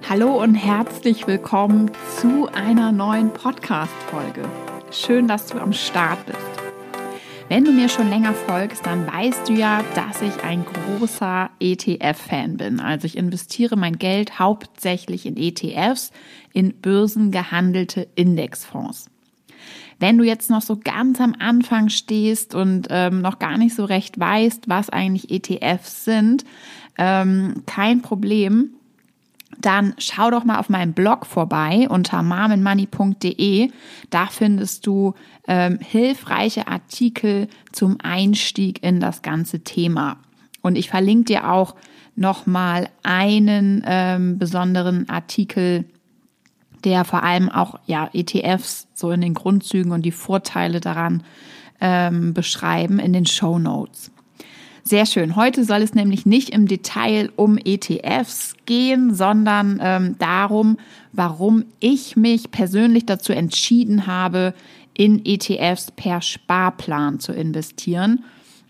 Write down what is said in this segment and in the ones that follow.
Hallo und herzlich willkommen zu einer neuen Podcast-Folge. Schön, dass du am Start bist. Wenn du mir schon länger folgst, dann weißt du ja, dass ich ein großer ETF-Fan bin. Also ich investiere mein Geld hauptsächlich in ETFs, in börsengehandelte Indexfonds. Wenn du jetzt noch so ganz am Anfang stehst und noch gar nicht so recht weißt, was eigentlich ETFs sind, kein Problem. Dann schau doch mal auf meinem Blog vorbei unter marmenmoney.de. Da findest du hilfreiche Artikel zum Einstieg in das ganze Thema. Und ich verlinke dir auch nochmal einen besonderen Artikel, der vor allem auch ETFs so in den Grundzügen und die Vorteile daran beschreiben in den Shownotes. Sehr schön. Heute soll es nämlich nicht im Detail um ETFs gehen, sondern darum, warum ich mich persönlich dazu entschieden habe, in ETFs per Sparplan zu investieren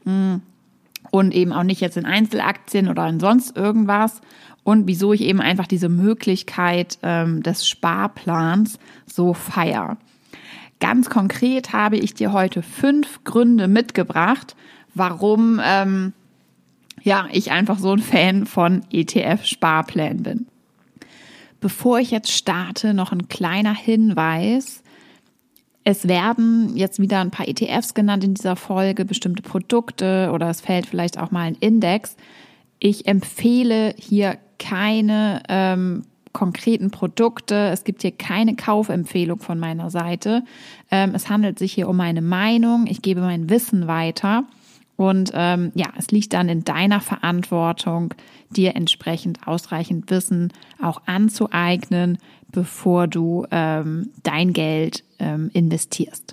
und eben auch nicht jetzt in Einzelaktien oder in sonst irgendwas und wieso ich eben einfach diese Möglichkeit des Sparplans so feiere. Ganz konkret habe ich dir heute 5 Gründe mitgebracht, warum ich einfach so ein Fan von ETF-Sparplänen bin. Bevor ich jetzt starte, noch ein kleiner Hinweis. Es werden jetzt wieder ein paar ETFs genannt in dieser Folge, bestimmte Produkte oder es fällt vielleicht auch mal ein Index. Ich empfehle hier keine konkreten Produkte. Es gibt hier keine Kaufempfehlung von meiner Seite. Es handelt sich hier um meine Meinung. Ich gebe mein Wissen weiter. Und es liegt dann in deiner Verantwortung, dir entsprechend ausreichend Wissen auch anzueignen, bevor du dein Geld investierst.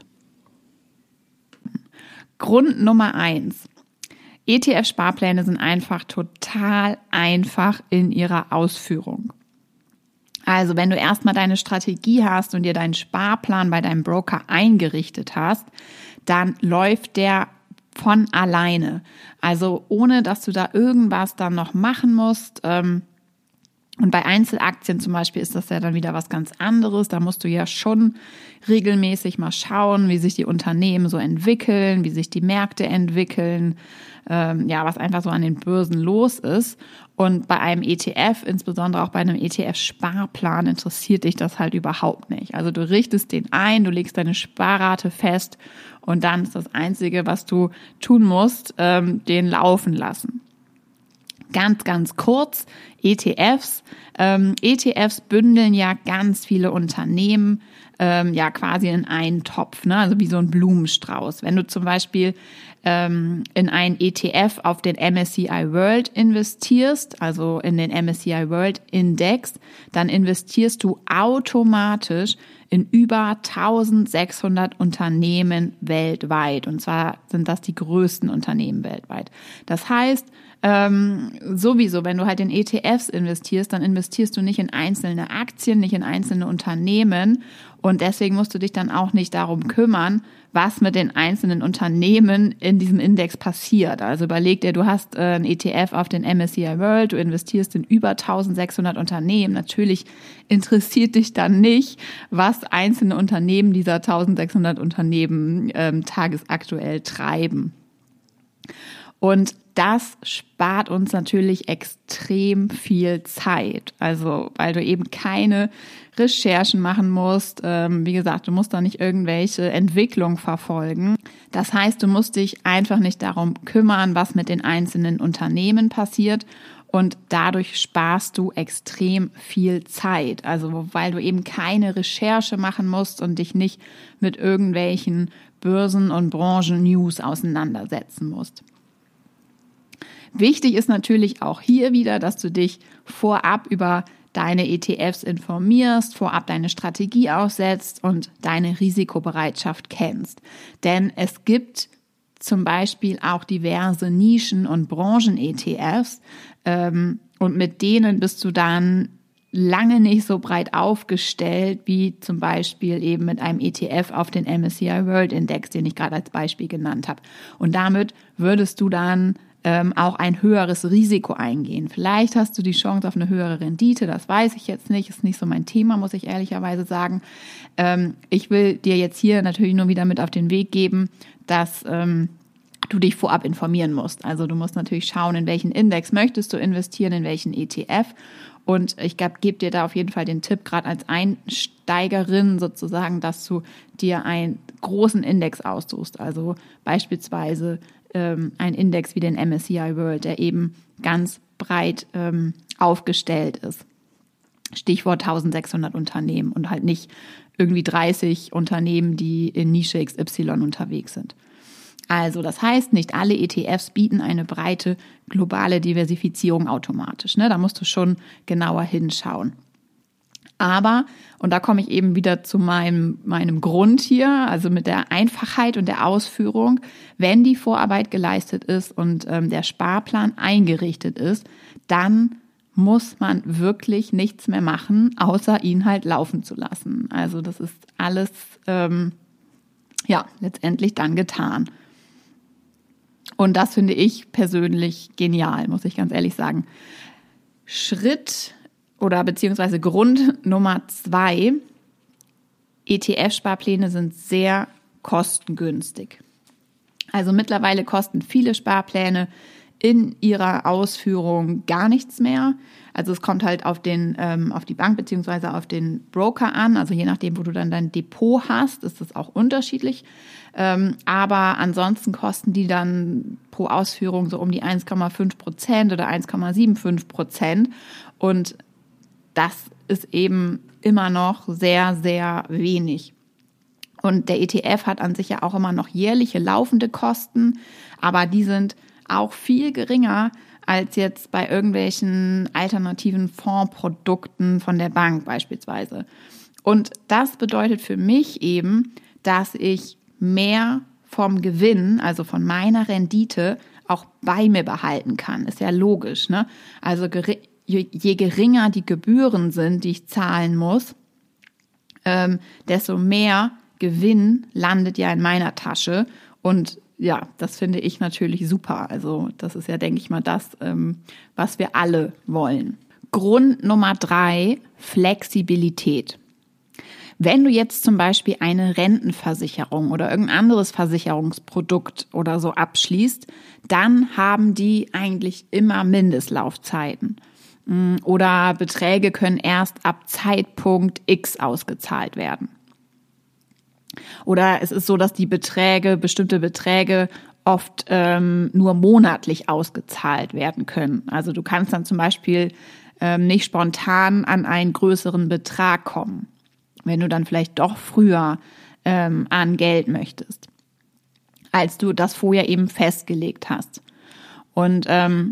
Grund Nummer 1. ETF-Sparpläne sind einfach total einfach in ihrer Ausführung. Also wenn du erstmal deine Strategie hast und dir deinen Sparplan bei deinem Broker eingerichtet hast, dann läuft der von alleine. Also ohne, dass du da irgendwas dann noch machen musst. Und bei Einzelaktien zum Beispiel ist das ja dann wieder was ganz anderes. Da musst du ja schon regelmäßig mal schauen, wie sich die Unternehmen so entwickeln, wie sich die Märkte entwickeln, was einfach so an den Börsen los ist. Und bei einem ETF, insbesondere auch bei einem ETF-Sparplan, interessiert dich das halt überhaupt nicht. Also du richtest den ein, du legst deine Sparrate fest und dann ist das Einzige, was du tun musst, den laufen lassen. Ganz, ganz kurz, ETFs. ETFs bündeln ja ganz viele Unternehmen quasi in einen Topf, ne? Also wie so ein Blumenstrauß. Wenn du zum Beispiel in einen ETF auf den MSCI World investierst, also in den MSCI World Index, dann investierst du automatisch in über 1600 Unternehmen weltweit. Und zwar sind das die größten Unternehmen weltweit. Das heißt, sowieso, wenn du halt in ETFs investierst, dann investierst du nicht in einzelne Aktien, nicht in einzelne Unternehmen. Und deswegen musst du dich dann auch nicht darum kümmern, was mit den einzelnen Unternehmen in diesem Index passiert. Also überleg dir, du hast ein ETF auf den MSCI World, du investierst in über 1600 Unternehmen. Natürlich interessiert dich dann nicht, was einzelne Unternehmen dieser 1600 Unternehmen tagesaktuell treiben. Und das spart uns natürlich extrem viel Zeit. Also, weil du eben keine Recherchen machen musst. Wie gesagt, du musst da nicht irgendwelche Entwicklungen verfolgen. Das heißt, du musst dich einfach nicht darum kümmern, was mit den einzelnen Unternehmen passiert. Und dadurch sparst du extrem viel Zeit. Also, weil du eben keine Recherche machen musst und dich nicht mit irgendwelchen Börsen- und Branchen-News auseinandersetzen musst. Wichtig ist natürlich auch hier wieder, dass du dich vorab über deine ETFs informierst, vorab deine Strategie aufsetzt und deine Risikobereitschaft kennst. Denn es gibt zum Beispiel auch diverse Nischen- und Branchen-ETFs und mit denen bist du dann lange nicht so breit aufgestellt wie zum Beispiel eben mit einem ETF auf den MSCI World Index, den ich gerade als Beispiel genannt habe. Und damit würdest du dann auch ein höheres Risiko eingehen. Vielleicht hast du die Chance auf eine höhere Rendite, das weiß ich jetzt nicht, ist nicht so mein Thema, muss ich ehrlicherweise sagen. Ich will dir jetzt hier natürlich nur wieder mit auf den Weg geben, dass du dich vorab informieren musst. Also du musst natürlich schauen, in welchen Index möchtest du investieren, in welchen ETF. Und ich gebe dir da auf jeden Fall den Tipp, gerade als Einsteigerin sozusagen, dass du dir einen großen Index aussuchst. Also beispielsweise ein Index wie den MSCI World, der eben ganz breit aufgestellt ist. Stichwort 1600 Unternehmen und halt nicht irgendwie 30 Unternehmen, die in Nische XY unterwegs sind. Also das heißt, nicht alle ETFs bieten eine breite globale Diversifizierung automatisch. Ne? Da musst du schon genauer hinschauen. Aber, und da komme ich eben wieder zu meinem Grund hier, also mit der Einfachheit und der Ausführung, wenn die Vorarbeit geleistet ist und der Sparplan eingerichtet ist, dann muss man wirklich nichts mehr machen, außer ihn halt laufen zu lassen. Also das ist alles letztendlich dann getan. Und das finde ich persönlich genial, muss ich ganz ehrlich sagen. Beziehungsweise Grund Nummer 2, ETF-Sparpläne sind sehr kostengünstig. Also mittlerweile kosten viele Sparpläne in ihrer Ausführung gar nichts mehr. Also es kommt halt auf die Bank beziehungsweise auf den Broker an. Also je nachdem, wo du dann dein Depot hast, ist das auch unterschiedlich. Aber ansonsten kosten die dann pro Ausführung so um die 1,5% oder 1,75%. Und das ist eben immer noch sehr, sehr wenig. Und der ETF hat an sich ja auch immer noch jährliche laufende Kosten, aber die sind auch viel geringer als jetzt bei irgendwelchen alternativen Fondsprodukten von der Bank beispielsweise. Und das bedeutet für mich eben, dass ich mehr vom Gewinn, also von meiner Rendite, auch bei mir behalten kann. Ist ja logisch, ne? Also je geringer die Gebühren sind, die ich zahlen muss, desto mehr Gewinn landet ja in meiner Tasche. Und ja, das finde ich natürlich super. Also das ist ja, denke ich mal, das, was wir alle wollen. Grund Nummer 3, Flexibilität. Wenn du jetzt zum Beispiel eine Rentenversicherung oder irgendein anderes Versicherungsprodukt oder so abschließt, dann haben die eigentlich immer Mindestlaufzeiten. Oder Beträge können erst ab Zeitpunkt X ausgezahlt werden. Oder es ist so, dass die bestimmte Beträge oft nur monatlich ausgezahlt werden können. Also du kannst dann zum Beispiel nicht spontan an einen größeren Betrag kommen, wenn du dann vielleicht doch früher an Geld möchtest, als du das vorher eben festgelegt hast. Und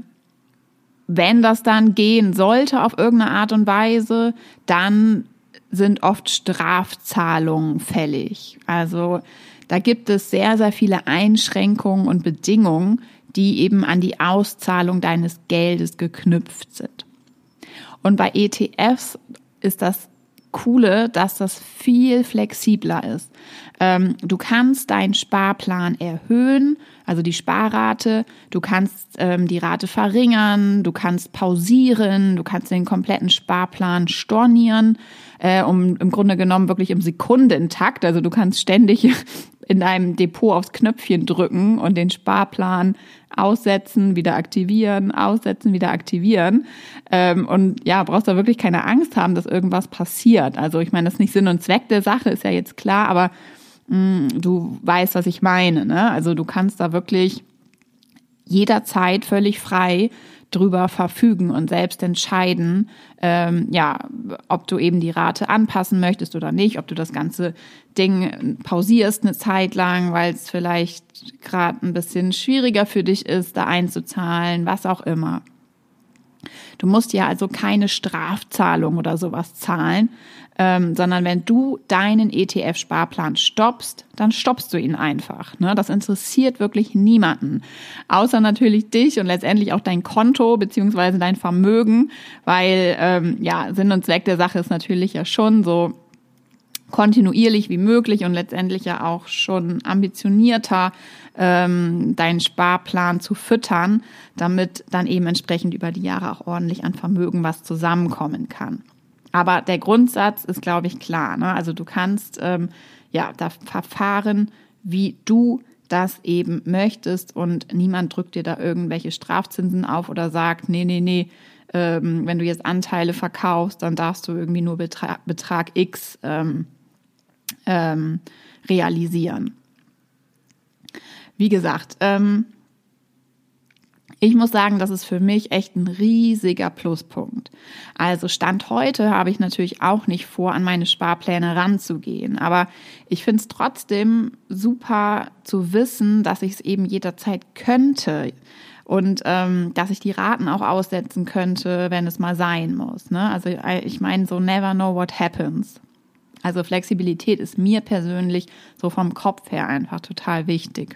wenn das dann gehen sollte auf irgendeine Art und Weise, dann sind oft Strafzahlungen fällig. Also da gibt es sehr, sehr viele Einschränkungen und Bedingungen, die eben an die Auszahlung deines Geldes geknüpft sind. Und bei ETFs ist das Coole, dass das viel flexibler ist. Du kannst deinen Sparplan erhöhen, also die Sparrate, du kannst die Rate verringern, du kannst pausieren, du kannst den kompletten Sparplan stornieren, im Grunde genommen wirklich im Sekundentakt. Also du kannst ständig in deinem Depot aufs Knöpfchen drücken und den Sparplan aussetzen, wieder aktivieren, aussetzen, wieder aktivieren. Und ja, brauchst da wirklich keine Angst haben, dass irgendwas passiert. Also ich meine, das ist nicht Sinn und Zweck der Sache, ist ja jetzt klar, aber du weißt, was ich meine, ne? Also du kannst da wirklich jederzeit völlig frei drüber verfügen und selbst entscheiden, ob du eben die Rate anpassen möchtest oder nicht, ob du das ganze Ding pausierst eine Zeit lang, weil es vielleicht gerade ein bisschen schwieriger für dich ist, da einzuzahlen, was auch immer. Du musst ja also keine Strafzahlung oder sowas zahlen, sondern wenn du deinen ETF-Sparplan stoppst, dann stoppst du ihn einfach. Ne? Das interessiert wirklich niemanden, außer natürlich dich und letztendlich auch dein Konto beziehungsweise dein Vermögen, weil Sinn und Zweck der Sache ist natürlich ja schon so kontinuierlich wie möglich und letztendlich ja auch schon ambitionierter deinen Sparplan zu füttern, damit dann eben entsprechend über die Jahre auch ordentlich an Vermögen was zusammenkommen kann. Aber der Grundsatz ist, glaube ich, klar, ne? Also du kannst da verfahren, wie du das eben möchtest und niemand drückt dir da irgendwelche Strafzinsen auf oder sagt, nee, wenn du jetzt Anteile verkaufst, dann darfst du irgendwie nur Betrag X realisieren. Wie gesagt, ich muss sagen, das ist für mich echt ein riesiger Pluspunkt. Also Stand heute habe ich natürlich auch nicht vor, an meine Sparpläne ranzugehen. Aber ich finde es trotzdem super zu wissen, dass ich es eben jederzeit könnte und dass ich die Raten auch aussetzen könnte, wenn es mal sein muss. Ne? Also ich meine so never know what happens. Also Flexibilität ist mir persönlich so vom Kopf her einfach total wichtig.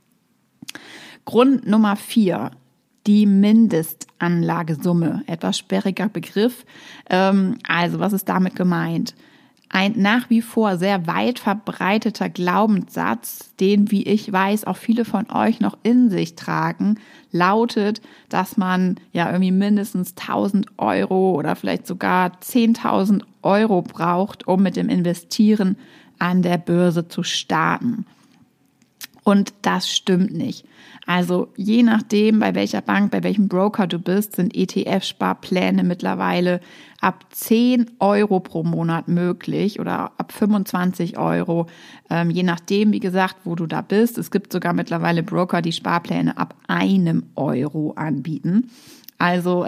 Grund Nummer 4, die Mindestanlagesumme. Etwas sperriger Begriff. Also was ist damit gemeint? Ein nach wie vor sehr weit verbreiteter Glaubenssatz, den, wie ich weiß, auch viele von euch noch in sich tragen, lautet, dass man ja irgendwie mindestens 1.000 Euro oder vielleicht sogar 10.000 Euro braucht, um mit dem Investieren an der Börse zu starten. Und das stimmt nicht. Also je nachdem, bei welcher Bank, bei welchem Broker du bist, sind ETF-Sparpläne mittlerweile ab 10 Euro pro Monat möglich oder ab 25 Euro, je nachdem, wie gesagt, wo du da bist. Es gibt sogar mittlerweile Broker, die Sparpläne ab 1 Euro anbieten. Also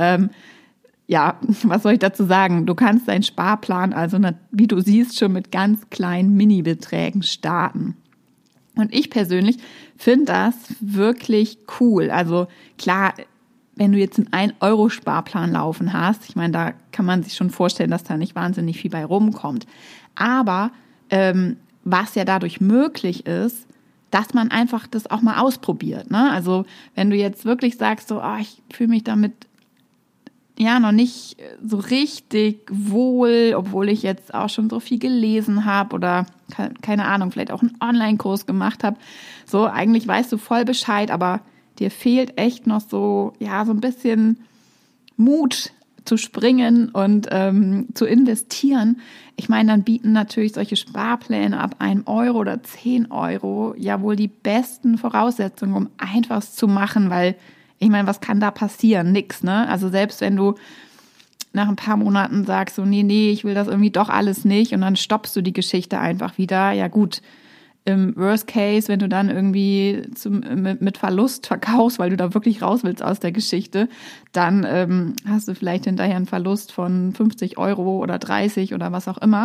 was soll ich dazu sagen? Du kannst deinen Sparplan also, wie du siehst, schon mit ganz kleinen Mini-Beträgen starten. Und ich persönlich finde das wirklich cool. Also klar, wenn du jetzt einen 1-Euro-Sparplan laufen hast, ich meine, da kann man sich schon vorstellen, dass da nicht wahnsinnig viel bei rumkommt. Aber was ja dadurch möglich ist, dass man einfach das auch mal ausprobiert. Ne? Also wenn du jetzt wirklich sagst, so, ich fühle mich damit noch nicht so richtig wohl, obwohl ich jetzt auch schon so viel gelesen habe oder keine Ahnung, vielleicht auch einen Online-Kurs gemacht habe. So, eigentlich weißt du voll Bescheid, aber dir fehlt echt noch so ein bisschen Mut zu springen und zu investieren. Ich meine, dann bieten natürlich solche Sparpläne ab 1 Euro oder 10 Euro ja wohl die besten Voraussetzungen, um einfach es zu machen, weil ich meine, was kann da passieren? Nix, ne? Also selbst wenn du nach ein paar Monaten sagst, so nee, ich will das irgendwie doch alles nicht und dann stoppst du die Geschichte einfach wieder. Ja gut, im Worst Case, wenn du dann irgendwie mit Verlust verkaufst, weil du da wirklich raus willst aus der Geschichte, dann hast du vielleicht hinterher einen Verlust von 50 Euro oder 30 oder was auch immer.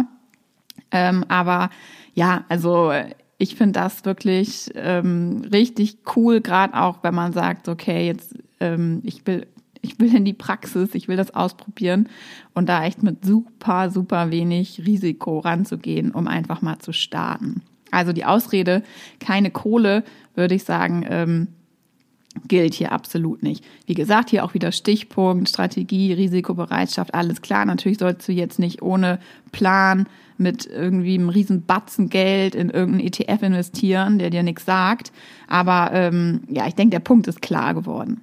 Aber ja, also ich finde das wirklich richtig cool, gerade auch, wenn man sagt, okay, jetzt ich will in die Praxis, ich will das ausprobieren und da echt mit super, super wenig Risiko ranzugehen, um einfach mal zu starten. Also die Ausrede, keine Kohle, würde ich sagen, gilt hier absolut nicht. Wie gesagt, hier auch wieder Stichpunkt, Strategie, Risikobereitschaft, alles klar. Natürlich sollst du jetzt nicht ohne Plan mit irgendwie einem riesen Batzen Geld in irgendeinen ETF investieren, der dir nichts sagt. Aber ich denke, der Punkt ist klar geworden.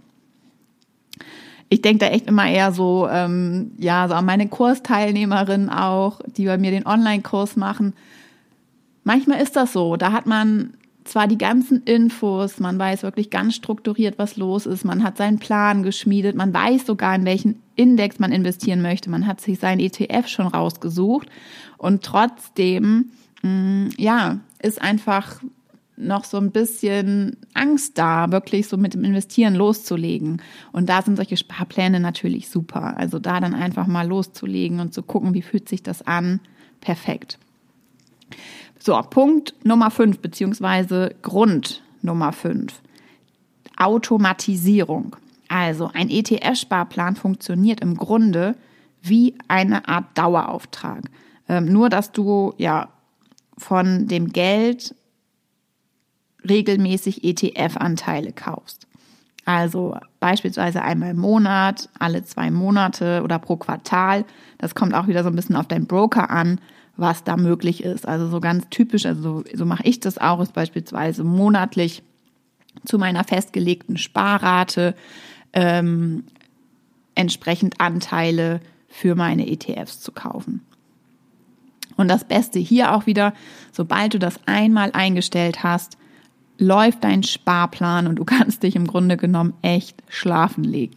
Ich denke da echt immer eher so, so an meine Kursteilnehmerinnen auch, die bei mir den Online-Kurs machen. Manchmal ist das so, da hat man zwar die ganzen Infos, man weiß wirklich ganz strukturiert, was los ist, man hat seinen Plan geschmiedet, man weiß sogar, in welchen Index man investieren möchte, man hat sich seinen ETF schon rausgesucht und trotzdem, ist einfach noch so ein bisschen Angst da, wirklich so mit dem Investieren loszulegen. Und da sind solche Sparpläne natürlich super. Also da dann einfach mal loszulegen und zu gucken, wie fühlt sich das an, perfekt. So, Punkt Nummer 5, beziehungsweise Grund Nummer 5. Automatisierung. Also ein ETF-Sparplan funktioniert im Grunde wie eine Art Dauerauftrag. Nur, dass du von dem Geld regelmäßig ETF-Anteile kaufst. Also beispielsweise einmal im Monat, alle 2 Monate oder pro Quartal. Das kommt auch wieder so ein bisschen auf deinen Broker an, was da möglich ist. Also so ganz typisch, also so mache ich das auch, ist beispielsweise monatlich zu meiner festgelegten Sparrate entsprechend Anteile für meine ETFs zu kaufen. Und das Beste hier auch wieder, sobald du das einmal eingestellt hast, läuft dein Sparplan und du kannst dich im Grunde genommen echt schlafen legen.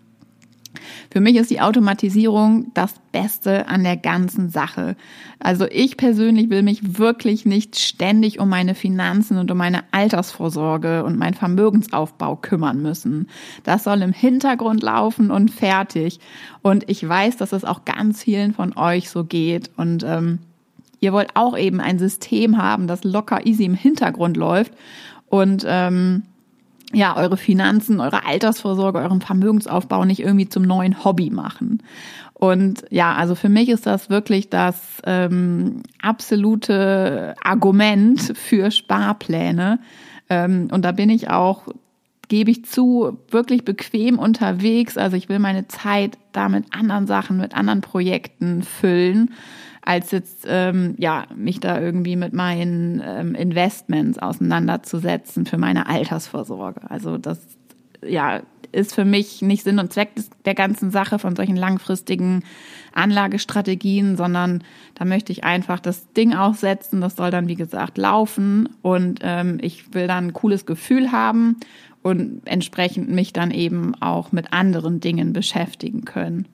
Für mich ist die Automatisierung das Beste an der ganzen Sache. Also ich persönlich will mich wirklich nicht ständig um meine Finanzen und um meine Altersvorsorge und meinen Vermögensaufbau kümmern müssen. Das soll im Hintergrund laufen und fertig. Und ich weiß, dass es auch ganz vielen von euch so geht. Und ihr wollt auch eben ein System haben, das locker easy im Hintergrund läuft und eure Finanzen, eure Altersvorsorge, euren Vermögensaufbau nicht irgendwie zum neuen Hobby machen. Und ja, also für mich ist das wirklich das absolute Argument für Sparpläne. Und da bin ich auch, gebe ich zu, wirklich bequem unterwegs. Also ich will meine Zeit da mit anderen Sachen, mit anderen Projekten füllen, als jetzt mich da irgendwie mit meinen Investments auseinanderzusetzen für meine Altersvorsorge. Also das ist für mich nicht Sinn und Zweck der ganzen Sache von solchen langfristigen Anlagestrategien, sondern da möchte ich einfach das Ding aufsetzen, das soll dann wie gesagt laufen und ich will dann ein cooles Gefühl haben und entsprechend mich dann eben auch mit anderen Dingen beschäftigen können.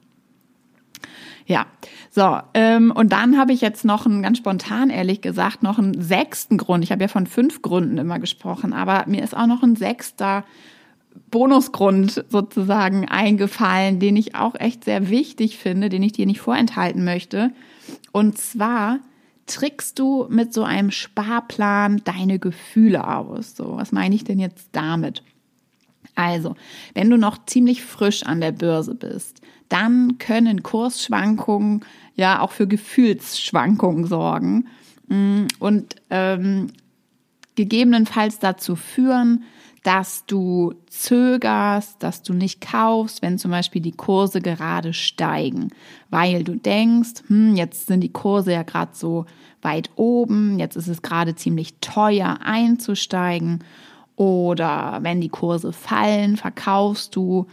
Ja, so, und dann habe ich jetzt noch ganz spontan, ehrlich gesagt, noch einen 6. Grund. Ich habe ja von 5 Gründen immer gesprochen, aber mir ist auch noch ein 6. Bonusgrund sozusagen eingefallen, den ich auch echt sehr wichtig finde, den ich dir nicht vorenthalten möchte. Und zwar trickst du mit so einem Sparplan deine Gefühle aus. So, was meine ich denn jetzt damit? Also, wenn du noch ziemlich frisch an der Börse bist, dann können Kursschwankungen ja auch für Gefühlsschwankungen sorgen und gegebenenfalls dazu führen, dass du zögerst, dass du nicht kaufst, wenn zum Beispiel die Kurse gerade steigen, weil du denkst, jetzt sind die Kurse ja gerade so weit oben, jetzt ist es gerade ziemlich teuer einzusteigen. Oder wenn die Kurse fallen, verkaufst du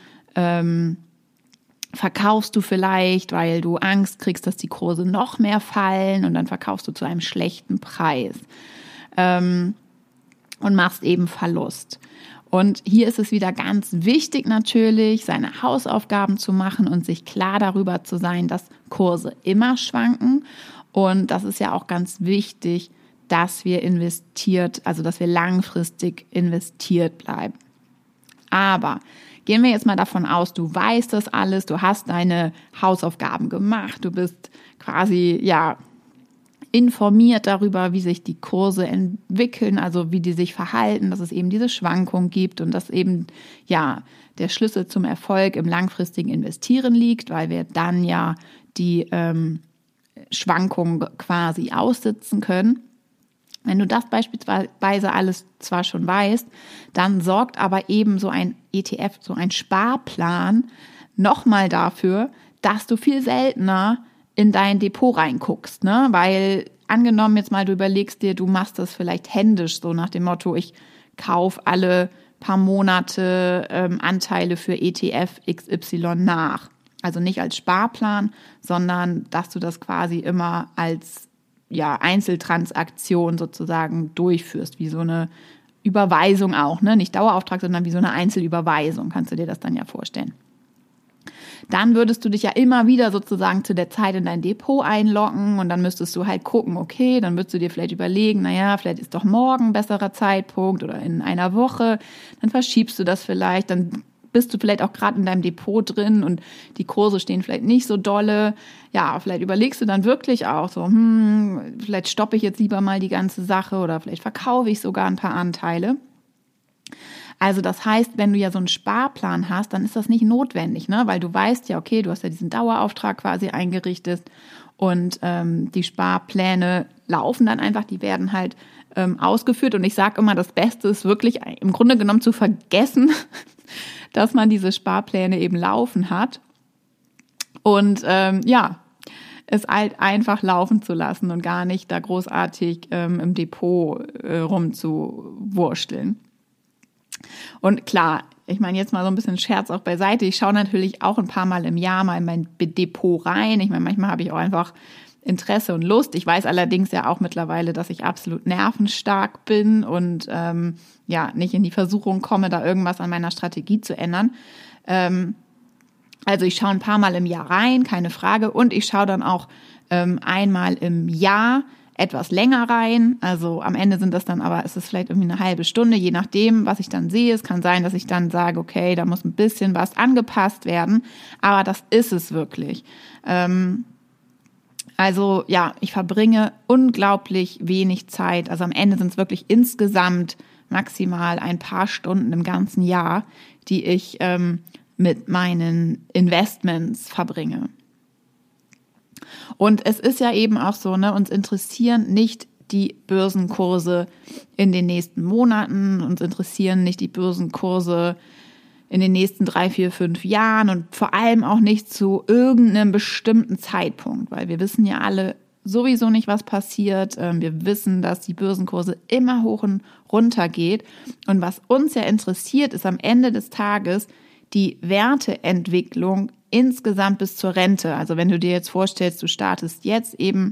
vielleicht, weil du Angst kriegst, dass die Kurse noch mehr fallen und dann verkaufst du zu einem schlechten Preis und machst eben Verlust. Und hier ist es wieder ganz wichtig natürlich, seine Hausaufgaben zu machen und sich klar darüber zu sein, dass Kurse immer schwanken. Und das ist ja auch ganz wichtig, dass wir dass wir langfristig investiert bleiben. Aber gehen wir jetzt mal davon aus, du weißt das alles, du hast deine Hausaufgaben gemacht, du bist quasi, informiert darüber, wie sich die Kurse entwickeln, also wie die sich verhalten, dass es eben diese Schwankung gibt und dass eben, der Schlüssel zum Erfolg im langfristigen Investieren liegt, weil wir dann ja die Schwankungen quasi aussitzen können. Wenn du das beispielsweise alles zwar schon weißt, dann sorgt aber eben so ein ETF, so ein Sparplan nochmal dafür, dass du viel seltener in dein Depot reinguckst, ne? Weil angenommen jetzt mal, du überlegst dir, du machst das vielleicht händisch, so nach dem Motto, ich kaufe alle paar Monate Anteile für ETF XY nach. Also nicht als Sparplan, sondern dass du das quasi immer als Einzeltransaktion sozusagen durchführst, wie so eine Überweisung auch, ne? Nicht Dauerauftrag, sondern wie so eine Einzelüberweisung, kannst du dir das dann ja vorstellen. Dann würdest du dich ja immer wieder sozusagen zu der Zeit in dein Depot einloggen und dann müsstest du halt gucken, okay, dann würdest du dir vielleicht überlegen, vielleicht ist doch morgen ein besserer Zeitpunkt oder in einer Woche, dann verschiebst du das vielleicht, dann bist du vielleicht auch gerade in deinem Depot drin und die Kurse stehen vielleicht nicht so dolle. Ja, vielleicht überlegst du dann wirklich auch so, vielleicht stoppe ich jetzt lieber mal die ganze Sache oder vielleicht verkaufe ich sogar ein paar Anteile. Also das heißt, wenn du ja so einen Sparplan hast, dann ist das nicht notwendig, ne? Weil du weißt ja, okay, du hast ja diesen Dauerauftrag quasi eingerichtet und die Sparpläne laufen dann einfach, die werden halt ausgeführt. Und ich sage immer, das Beste ist wirklich im Grunde genommen zu vergessen, dass man diese Sparpläne eben laufen hat. Und es halt einfach laufen zu lassen und gar nicht da großartig im Depot rumzuwursteln. Und klar, ich meine jetzt mal so ein bisschen Scherz auch beiseite, ich schaue natürlich auch ein paar Mal im Jahr mal in mein Depot rein. Ich meine, manchmal habe ich auch einfach Interesse und Lust. Ich weiß allerdings ja auch mittlerweile, dass ich absolut nervenstark bin und nicht in die Versuchung komme, da irgendwas an meiner Strategie zu ändern. Also ich schaue ein paar Mal im Jahr rein, keine Frage. Und ich schaue dann auch einmal im Jahr etwas länger rein. Also am Ende sind das dann aber, ist es vielleicht irgendwie eine halbe Stunde, je nachdem, was ich dann sehe. Es kann sein, dass ich dann sage, okay, da muss ein bisschen was angepasst werden. Aber das ist es wirklich. Also ja, ich verbringe unglaublich wenig Zeit. Also am Ende sind es wirklich insgesamt maximal ein paar Stunden im ganzen Jahr, die ich mit meinen Investments verbringe. Und es ist ja eben auch so, ne, uns interessieren nicht die Börsenkurse in den nächsten Monaten, uns interessieren nicht die Börsenkurse in den nächsten 3, 4, 5 Jahren und vor allem auch nicht zu irgendeinem bestimmten Zeitpunkt, weil wir wissen ja alle sowieso nicht, was passiert. Wir wissen, dass die Börsenkurse immer hoch und runter geht. Und was uns ja interessiert, ist am Ende des Tages die Werteentwicklung insgesamt bis zur Rente. Also wenn du dir jetzt vorstellst, du startest jetzt eben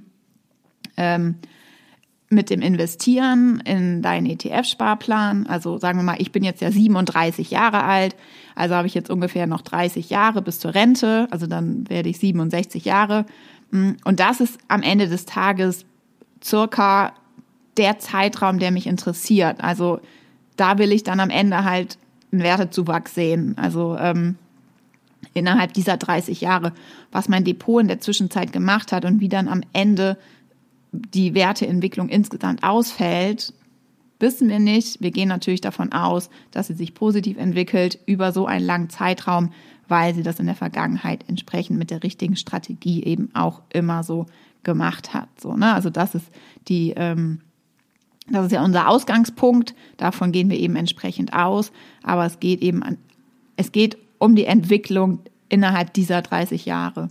mit dem Investieren in deinen ETF-Sparplan. Also sagen wir mal, ich bin jetzt ja 37 Jahre alt, also habe ich jetzt ungefähr noch 30 Jahre bis zur Rente, also dann werde ich 67 Jahre. Und das ist am Ende des Tages circa der Zeitraum, der mich interessiert. Also da will ich dann am Ende halt einen Wertezuwachs sehen. Also innerhalb dieser 30 Jahre, was mein Depot in der Zwischenzeit gemacht hat und wie dann am Ende die Werteentwicklung insgesamt ausfällt, wissen wir nicht. Wir gehen natürlich davon aus, dass sie sich positiv entwickelt über so einen langen Zeitraum, weil sie das in der Vergangenheit entsprechend mit der richtigen Strategie eben auch immer so gemacht hat. So, ne? Also das ist das ist ja unser Ausgangspunkt. Davon gehen wir eben entsprechend aus. Aber es geht um die Entwicklung innerhalb dieser 30 Jahre.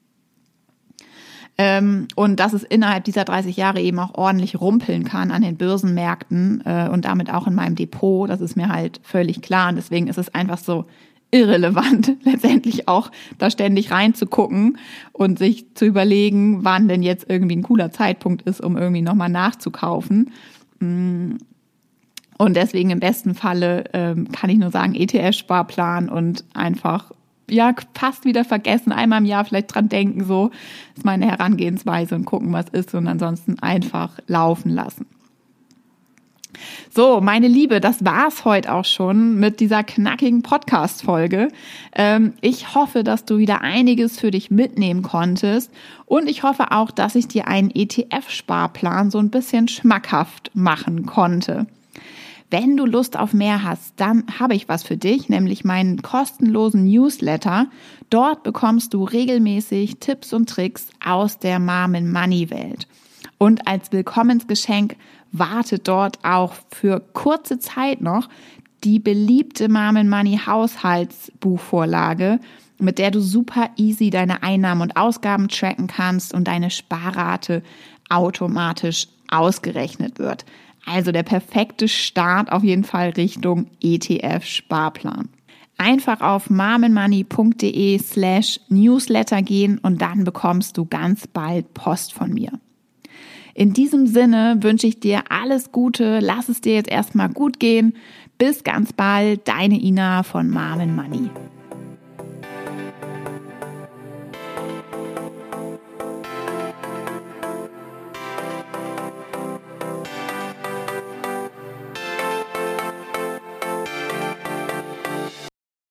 Und dass es innerhalb dieser 30 Jahre eben auch ordentlich rumpeln kann an den Börsenmärkten und damit auch in meinem Depot, das ist mir halt völlig klar. Und deswegen ist es einfach so irrelevant, letztendlich auch da ständig reinzugucken und sich zu überlegen, wann denn jetzt irgendwie ein cooler Zeitpunkt ist, um irgendwie nochmal nachzukaufen. Und deswegen im besten Falle kann ich nur sagen, ETF-Sparplan und einfach fast wieder vergessen, einmal im Jahr vielleicht dran denken, so ist meine Herangehensweise und gucken, was ist und ansonsten einfach laufen lassen. So, meine Liebe, das war's heute auch schon mit dieser knackigen Podcast-Folge. Ich hoffe, dass du wieder einiges für dich mitnehmen konntest und ich hoffe auch, dass ich dir einen ETF-Sparplan so ein bisschen schmackhaft machen konnte. Wenn du Lust auf mehr hast, dann habe ich was für dich, nämlich meinen kostenlosen Newsletter. Dort bekommst du regelmäßig Tipps und Tricks aus der Mom-and-Money-Welt. Und als Willkommensgeschenk wartet dort auch für kurze Zeit noch die beliebte Mom-and-Money-Haushaltsbuchvorlage, mit der du super easy deine Einnahmen und Ausgaben tracken kannst und deine Sparrate automatisch ausgerechnet wird. Also der perfekte Start auf jeden Fall Richtung ETF-Sparplan. Einfach auf momandmoney.de/newsletter gehen und dann bekommst du ganz bald Post von mir. In diesem Sinne wünsche ich dir alles Gute, lass es dir jetzt erstmal gut gehen. Bis ganz bald, deine Ina von Mom and Money.